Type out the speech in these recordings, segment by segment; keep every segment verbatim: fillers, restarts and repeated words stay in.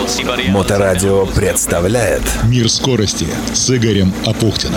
Моторадио представляет «Мир скорости» с Игорем Апухтиным.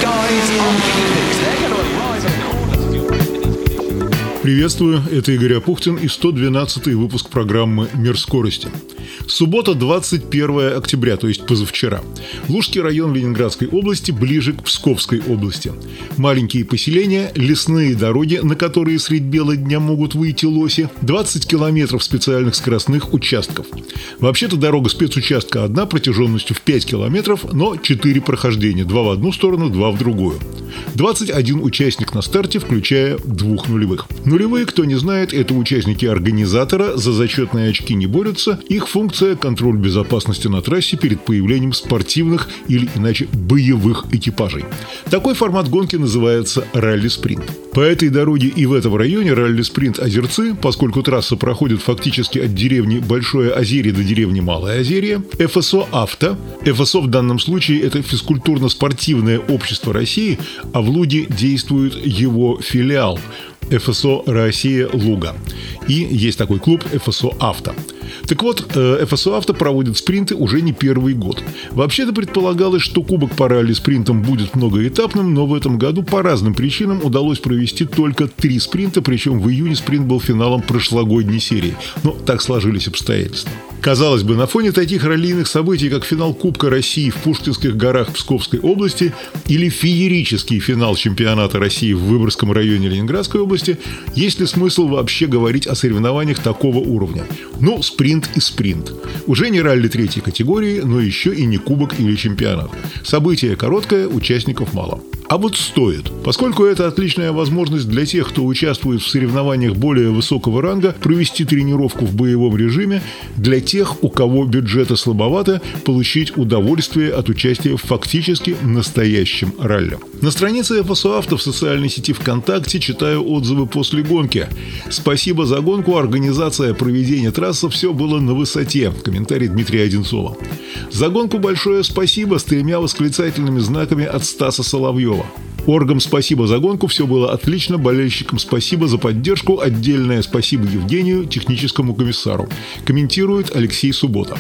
Приветствую, это Игорь Апухтин и сто двенадцатый выпуск программы «Мир скорости». Суббота, двадцать первое октября, то есть позавчера. Лужский район Ленинградской области ближе к Псковской области. Маленькие поселения, лесные дороги, на которые средь бела дня могут выйти лоси, двадцать километров специальных скоростных участков. Вообще-то дорога спецучастка одна, протяженностью в пять километров, но четыре прохождения, два в одну сторону, два в другую. двадцать один участник на старте, включая двух нулевых. Нулевые, кто не знает, это участники организатора, за зачетные очки не борются, их функция – контроль безопасности на трассе перед появлением спортивных или иначе боевых экипажей. Такой формат гонки называется ралли-спринт. По этой дороге и в этом районе ралли-спринт Озерцы, поскольку трасса проходит фактически от деревни Большое Озерье до деревни Малое Озерье, эф эс о «Авто». эф эс о в данном случае – это физкультурно-спортивное общество России, а в Луге действует его филиал – эф эс о «Россия Луга». И есть такой клуб эф эс о «Авто». Так вот, эф эс о «Авто» проводит спринты уже не первый год. Вообще-то предполагалось, что кубок по ралли-спринтам будет многоэтапным, но в этом году по разным причинам удалось провести только три спринта, причем в июне спринт был финалом прошлогодней серии. Но так сложились обстоятельства. Казалось бы, на фоне таких раллийных событий, как финал Кубка России в Пушкинских горах Псковской области или феерический финал чемпионата России в Выборгском районе Ленинградской области, есть ли смысл вообще говорить о соревнованиях такого уровня? Ну, спринт и спринт. Уже не ралли третьей категории, но еще и не кубок или чемпионат. Событие короткое, участников мало. А вот стоит. Поскольку это отличная возможность для тех, кто участвует в соревнованиях более высокого ранга, провести тренировку в боевом режиме, для тех, у кого бюджета слабовато, получить удовольствие от участия в фактически настоящем ралли. На странице эф эс о «Авто» в социальной сети ВКонтакте читаю отзывы после гонки. «Спасибо за гонку, организация проведения трассы, все было на высоте». Комментарий Дмитрия Одинцова. «За гонку большое спасибо» с тремя восклицательными знаками от Стаса Соловьева. Оргам спасибо за гонку, все было отлично, болельщикам спасибо за поддержку, отдельное спасибо Евгению, техническому комиссару. Комментирует Алексей Суббота.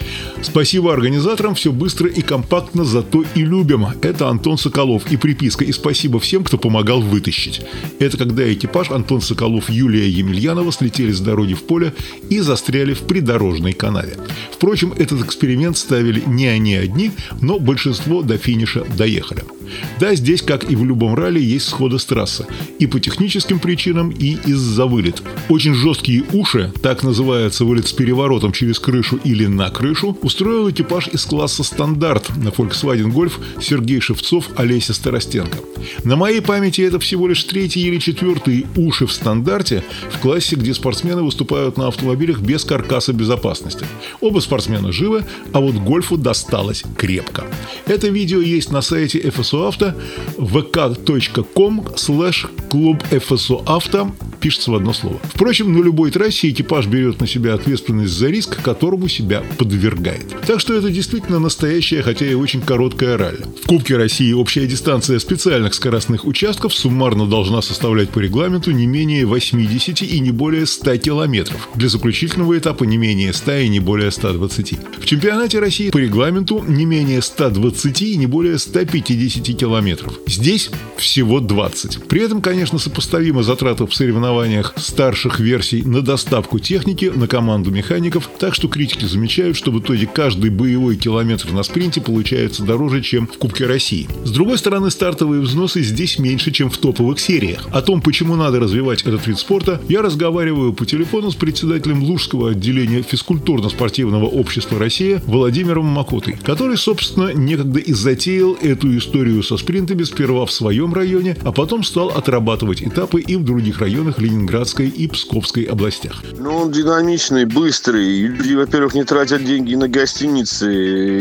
Спасибо организаторам, все быстро и компактно, зато и любим. Это Антон Соколов. И приписка. И спасибо всем, кто помогал вытащить. Это когда экипаж Антон Соколов, Юлия Емельянова слетели с дороги в поле и застряли в придорожной канаве. Впрочем, этот эксперимент ставили не они одни, но большинство до финиша доехали. Да, здесь, как и в любом ралли, есть сходы с трассы. И по техническим причинам, и из-за вылет. Очень жесткие уши, так называется вылет с переворотом через крышу или на крышу, устроил экипаж из класса «Стандарт» на Volkswagen Golf Сергей Шевцов, Олеся Старостенко. На моей памяти это всего лишь третий или четвертый уши в «Стандарте» в классе, где спортсмены выступают на автомобилях без каркаса безопасности. Оба спортсмена живы, а вот Гольфу досталось крепко. Это видео есть на сайте эф эс о «Авто» вэ ка точка ком слэш клуб эф эс о «Авто», пишется в одно слово. Впрочем, на любой трассе экипаж берет на себя ответственность за риск, которому себя подвергает. Так что это действительно настоящее, хотя и очень короткое ралли. В Кубке России общая дистанция специальных скоростных участков суммарно должна составлять по регламенту не менее восьмидесяти и не более ста километров. Для заключительного этапа не менее ста и не более ста двадцати. В чемпионате России по регламенту не менее ста двадцати и не более ста пятидесяти километров. Здесь всего двадцать. При этом, конечно, сопоставимы затраты в соревнованиях старших версий на доставку техники, на команду механиков, так что критики замечают, что в итоге каждый боевой километр на спринте получается дороже, чем в Кубке России. С другой стороны, стартовые взносы здесь меньше, чем в топовых сериях. О том, почему надо развивать этот вид спорта, я разговариваю по телефону с председателем Лужского отделения физкультурно-спортивного общества «Россия» Владимиром Макотой, который, собственно, некогда и затеял эту историю со спринтами сперва в своем районе, а потом стал отрабатывать этапы и в других районах Ленинградской и Псковской областях. Ну, он динамичный, быстрый. Люди, во-первых, не тратят деньги на гостиницы.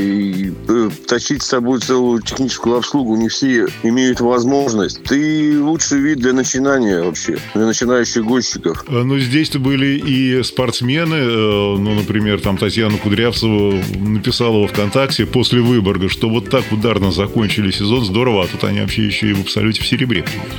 И тащить с собой целую техническую обслугу не все имеют возможность. Ты лучший вид для начинания вообще, для начинающих гонщиков. Ну, здесь-то были и спортсмены. Ну, например, там Татьяна Кудрявцева написала во ВКонтакте после Выборга, что вот так ударно закончили сезон, здорово, а тут они вообще еще и в абсолюте в серебре приехали.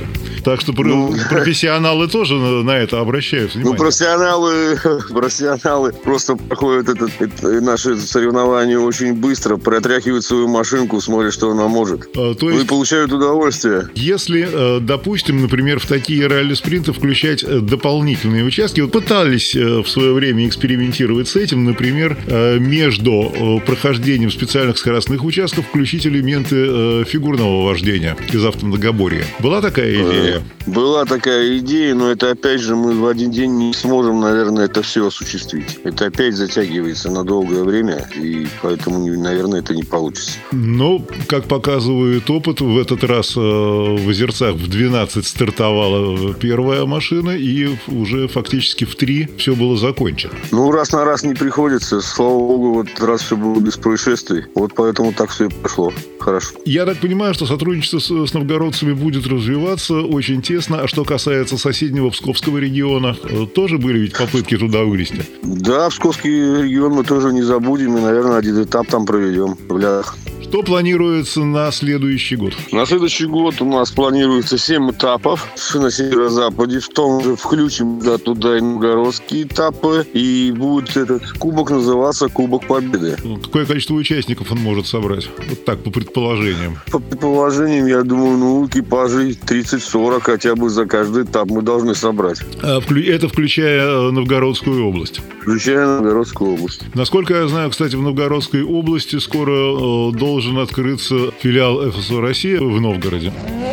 Так что ну, профессионалы тоже на, на это обращают внимание. Ну, профессионалы, профессионалы просто проходят это, это, наши соревнования очень быстро, протряхивают свою машинку, смотрят, что она может. А, то есть, и получают удовольствие. Если, допустим, например, в такие ралли-спринты включать дополнительные участки, вот пытались в свое время экспериментировать с этим, например, между прохождением специальных скоростных участков включить элементы фигурного вождения из автомногоборья. Была такая идея? Была такая идея, но это опять же мы в один день не сможем, наверное, это все осуществить. Это опять затягивается на долгое время, и поэтому, наверное, это не получится. Но, как показывает опыт, в этот раз в Озерцах в двенадцать стартовала первая машина, и уже фактически в три все было закончено. Ну, раз на раз не приходится. Слава богу, вот раз все было без происшествий. Вот поэтому так все и пошло. Хорошо. Я так понимаю, что сотрудничество с, с новгородцами будет развиваться очень тесно. А что касается соседнего Псковского региона, тоже были ведь попытки туда вылезти? Да, Псковский регион мы тоже не забудем. И, наверное, один этап там проведем в Лядах. Что планируется на следующий год? На следующий год у нас планируется семь этапов на северо-западе. В том же включим да, туда и новгородские этапы. И будет этот кубок называться Кубок Победы. Какое количество участников он может собрать? Вот так, по предположениям. По предположениям, я думаю, ну, экипажей тридцать-сорок хотя бы за каждый этап мы должны собрать. А, это включая Новгородскую область? Включая Новгородскую область. Насколько я знаю, кстати, в Новгородской области скоро э, должен должен открыться филиал эф эс о «Россия» в Новгороде.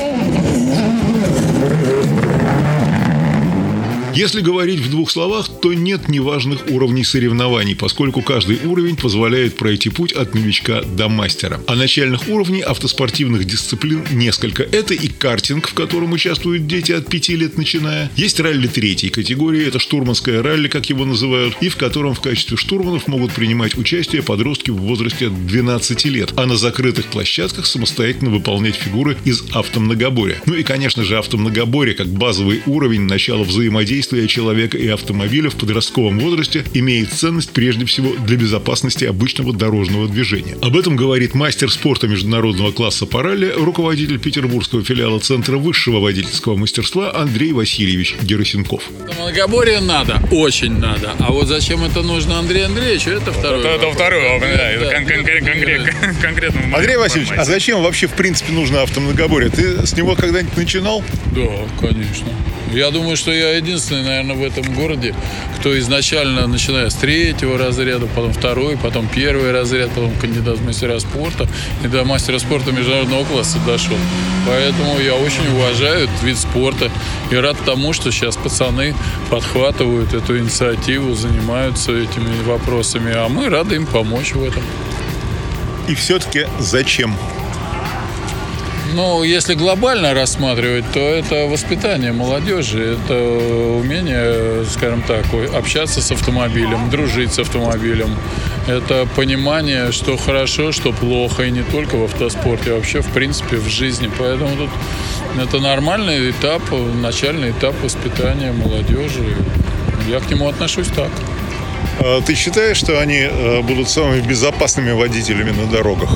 Если говорить в двух словах, то нет неважных уровней соревнований, поскольку каждый уровень позволяет пройти путь от новичка до мастера. А начальных уровней автоспортивных дисциплин несколько. Это и картинг, в котором участвуют дети от пяти лет начиная. Есть ралли третьей категории, это штурманское ралли, как его называют, и в котором в качестве штурманов могут принимать участие подростки в возрасте от двенадцати лет, а на закрытых площадках самостоятельно выполнять фигуры из автомногоборья. Ну и, конечно же, автомногоборье как базовый уровень начала взаимодействия человека и автомобиля в подростковом возрасте имеет ценность прежде всего для безопасности обычного дорожного движения. Об этом говорит мастер спорта международного класса по ралли, руководитель петербургского филиала Центра высшего водительского мастерства Андрей Васильевич Герасенков. Многоборье надо, очень надо. А вот зачем это нужно Андрею Андреевичу, это второй Это, это второй, да, да, это кон- кон- кон- конкрет, конкретно. Андрей Васильевич, а зачем вообще в принципе нужно автомногоборье? Ты с него когда-нибудь начинал? Да, конечно. Я думаю, что я единственный, наверное, в этом городе, кто изначально, начиная с третьего разряда, потом второй, потом первый разряд, потом кандидат в мастера спорта и до мастера спорта международного класса дошел. Поэтому я очень уважаю этот вид спорта и рад тому, что сейчас пацаны подхватывают эту инициативу, занимаются этими вопросами, а мы рады им помочь в этом. И все-таки зачем? Ну, если глобально рассматривать, то это воспитание молодежи, это умение, скажем так, общаться с автомобилем, дружить с автомобилем. Это понимание, что хорошо, что плохо, и не только в автоспорте, а вообще, в принципе, в жизни. Поэтому тут это нормальный этап, начальный этап воспитания молодежи. Я к нему отношусь так. Ты считаешь, что они будут самыми безопасными водителями на дорогах?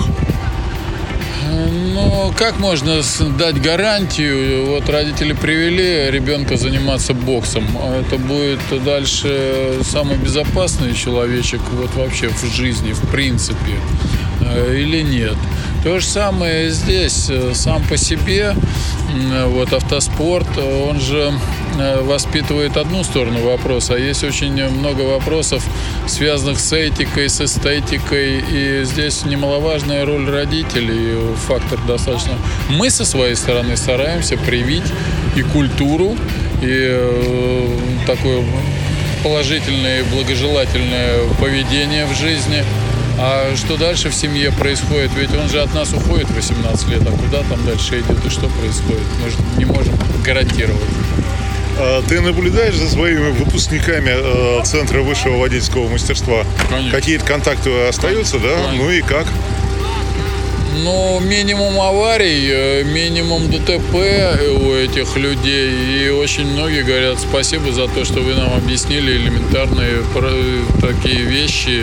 Ну, как можно дать гарантию? Вот родители привели ребенка заниматься боксом. Это будет дальше самый безопасный человечек вот вообще в жизни, в принципе, или нет? То же самое здесь. Сам по себе вот автоспорт, он же воспитывает одну сторону вопроса, а есть очень много вопросов, связанных с этикой, с эстетикой, и здесь немаловажная роль родителей, фактор достаточно. Мы со своей стороны стараемся привить и культуру, и э, такое положительное и благожелательное поведение в жизни. А что дальше в семье происходит? Ведь он же от нас уходит в восемнадцать лет, а куда там дальше идет и что происходит? Мы же не можем гарантировать. Ты наблюдаешь за своими выпускниками Центра высшего водительского мастерства? Конечно. Какие-то контакты остаются, да? Конечно. Ну и как? Ну, минимум аварий, минимум ДТП у этих людей. И очень многие говорят спасибо за то, что вы нам объяснили элементарные такие вещи.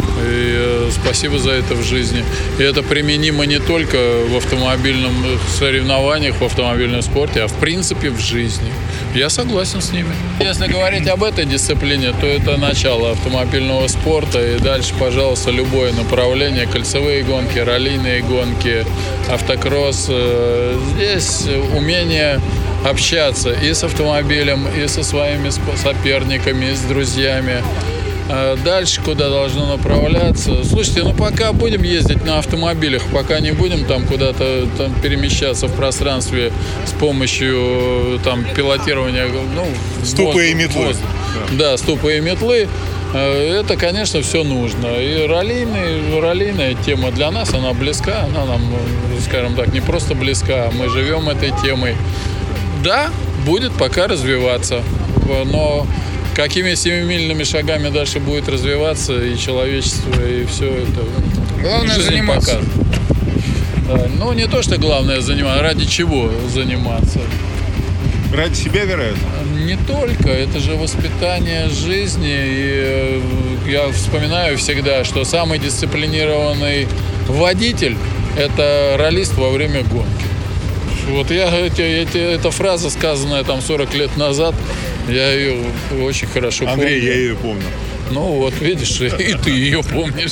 И спасибо за это в жизни. И это применимо не только в автомобильном соревнованиях, в автомобильном спорте, а в принципе в жизни. Я согласен с ними. Если говорить об этой дисциплине, то это начало автомобильного спорта. И дальше, пожалуйста, любое направление. Кольцевые гонки, раллийные гонки, автокросс. Здесь умение общаться и с автомобилем, и со своими соперниками, и с друзьями. Дальше куда должно направляться? Слушайте, ну пока будем ездить на автомобилях, пока не будем там куда-то там перемещаться в пространстве с помощью там пилотирования, ну, ступы и метлы. Да, да, ступы и метлы. Это, конечно, все нужно. И раллийный, раллийная тема для нас, она близка, она нам, скажем так, не просто близка, мы живем этой темой. Да, будет пока развиваться, но какими семимильными шагами дальше будет развиваться и человечество, и все это. Главное заниматься. Да. Ну, не то, что главное заниматься, ради чего заниматься. Ради себя, вероятно? Не только. Это же воспитание жизни. И я вспоминаю всегда, что самый дисциплинированный водитель – это раллист во время гонки. Вот я, эти, эти, эта фраза, сказанная там сорок лет назад, я ее очень хорошо Андрей, помню. я ее помню. Ну вот, видишь, и ты ее помнишь.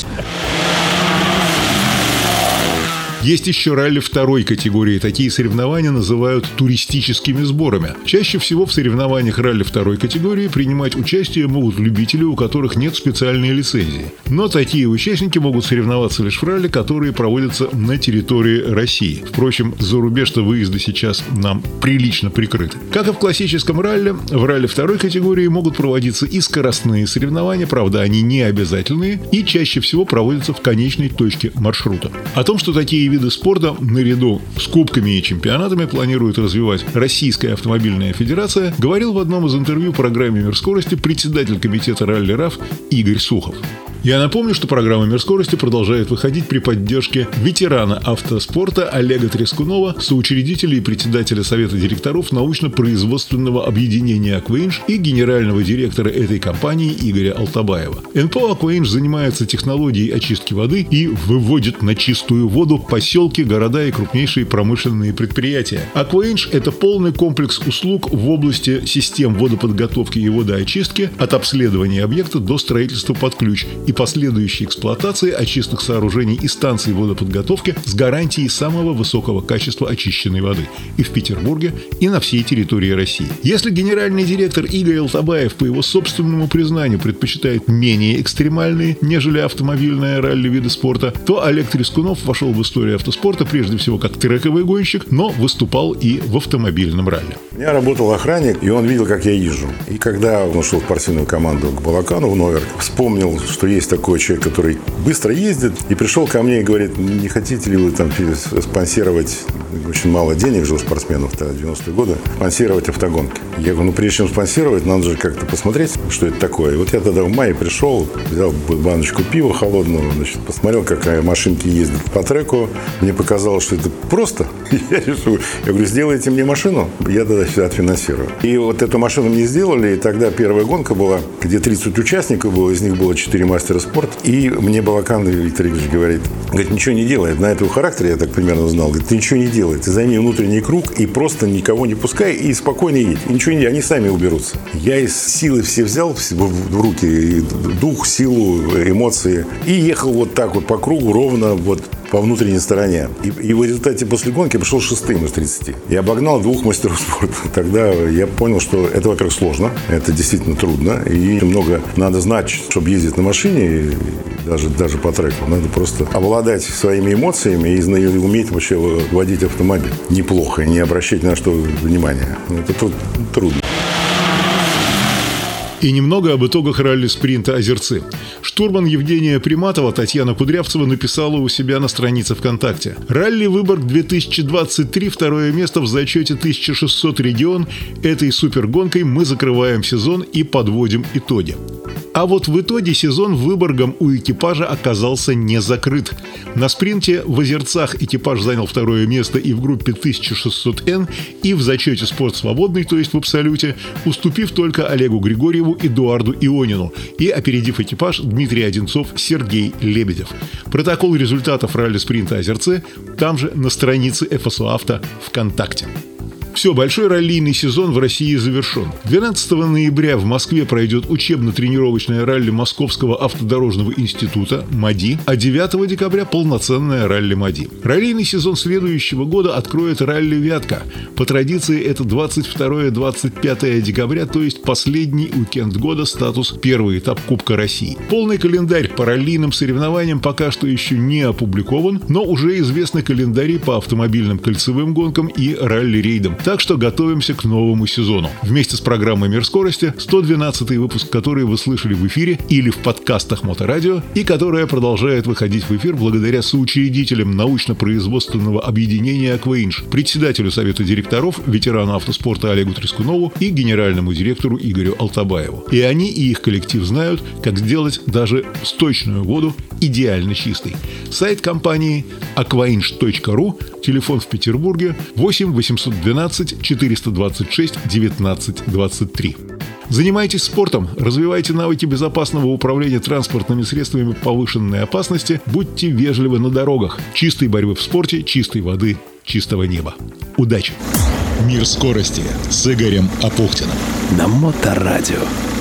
Есть еще ралли второй категории. Такие соревнования называют туристическими сборами. Чаще всего в соревнованиях ралли второй категории принимать участие могут любители, у которых нет специальной лицензии. Но такие участники могут соревноваться лишь в ралли, которые проводятся на территории России. Впрочем, за рубеж-то выезды сейчас нам прилично прикрыты. Как и в классическом ралли, в ралли второй категории могут проводиться и скоростные соревнования, правда, они не обязательные, и чаще всего проводятся в конечной точке маршрута. О том, что такие виды спорта наряду с кубками и чемпионатами планирует развивать Российская автомобильная федерация, говорил в одном из интервью программе «Мир скорости» председатель комитета ралли-РАФ Игорь Сухов. Я напомню, что программа «Мир скорости» продолжает выходить при поддержке ветерана автоспорта Олега Трескунова, соучредителя и председателя Совета директоров научно-производственного объединения «Акваинж» и генерального директора этой компании Игоря Алтабаева. эн пэ о «Акваинж» занимается технологией очистки воды и выводит на чистую воду поселки, города и крупнейшие промышленные предприятия. «Акваинж» — это полный комплекс услуг в области систем водоподготовки и водоочистки от обследования объекта до строительства под ключ и последующей эксплуатации очистных сооружений и станций водоподготовки с гарантией самого высокого качества очищенной воды и в Петербурге, и на всей территории России. Если генеральный директор Игорь Алтабаев по его собственному признанию предпочитает менее экстремальные, нежели автомобильное ралли виды спорта, то Олег Трескунов вошел в историю автоспорта прежде всего как трековый гонщик, но выступал и в автомобильном ралли. У меня работал охранник, и он видел, как я езжу. И когда он ушел в спортивную команду к Балакану в Новер, вспомнил, что есть такой человек, который быстро ездит, и пришел ко мне и говорит: не хотите ли вы там спонсировать, очень мало денег же у спортсменов, девяностые годы, спонсировать автогонки. Я говорю, ну прежде чем спонсировать, надо же как-то посмотреть, что это такое. И вот я тогда в мае пришел, взял баночку пива холодного, значит, посмотрел, как машинки ездят по треку. Мне показалось, что это просто. Я решил, я говорю, сделайте мне машину, я тогда все отфинансирую. И вот эту машину мне сделали, и тогда первая гонка была, где тридцать участников было, из них было четыре мастера спорта. И мне Балакан Виктор Игоревич говорит, говорит, ничего не делай. На этого характера я так примерно знал. Говорит, ты ничего не делай, ты займи внутренний круг и просто никого не пускай и спокойно едь. И ничего не делай, они сами уберутся. Я из силы все взял в руки, дух, силу, эмоции, и ехал вот так вот по кругу ровно вот по внутренней стороне. И, и в результате после гонки пришел шестым из тридцати. И обогнал двух мастеров спорта. Тогда я понял, что это, во-первых, сложно, это действительно трудно, и много надо знать, чтобы ездить на машине, и даже, даже по треку. Надо просто обладать своими эмоциями и уметь вообще водить автомобиль неплохо, и не обращать на что внимания. Это труд, трудно. И немного об итогах ралли-спринта «Озерцы». Штурман Евгения Приматова Татьяна Кудрявцева написала у себя на странице ВКонтакте. «Ралли Выборг две тысячи двадцать три, второе место в зачете тысяча шестьсот регион. Этой супергонкой мы закрываем сезон и подводим итоги». А вот в итоге сезон Выборгом у экипажа оказался не закрыт. На спринте в Озерцах экипаж занял второе место и в группе тысяча шестьсот эн, и в зачете «Спорт свободный», то есть в абсолюте, уступив только Олегу Григорьеву Станиславу Эдуарду Ионину и, опередив экипаж, Дмитрий Одинцов, Сергей Лебедев. Протокол результатов ралли-спринта «Озерцы» там же на странице эф эс о «Авто» ВКонтакте. Все, большой раллийный сезон в России завершен. двенадцатого ноября в Москве пройдет учебно-тренировочное ралли Московского автодорожного института МАДИ, а девятого декабря полноценное ралли МАДИ. Раллийный сезон следующего года откроет ралли «Вятка». По традиции это двадцать второе — двадцать пятое декабря, то есть последний уикенд года, статус первый этап Кубка России. Полный календарь по раллийным соревнованиям пока что еще не опубликован, но уже известны календари по автомобильным кольцевым гонкам и ралли-рейдам. Так что готовимся к новому сезону. Вместе с программой «Мир скорости» сто двенадцатый выпуск, который вы слышали в эфире или в подкастах Моторадио, и которая продолжает выходить в эфир благодаря соучредителям научно-производственного объединения «Акваинж», председателю Совета директоров, ветерану автоспорта Олегу Трескунову и генеральному директору Игорю Алтабаеву. И они, и их коллектив знают, как сделать даже сточную воду идеально чистой. Сайт компании акваинж точка ру, телефон в Петербурге восемь восемьсот двенадцать четыреста двадцать шесть девятнадцать двадцать три. Занимайтесь спортом, развивайте навыки безопасного управления транспортными средствами повышенной опасности, будьте вежливы на дорогах. Чистой борьбы в спорте, чистой воды, чистого неба. Удачи! Мир скорости с Игорем Апухтиным. На Моторадио.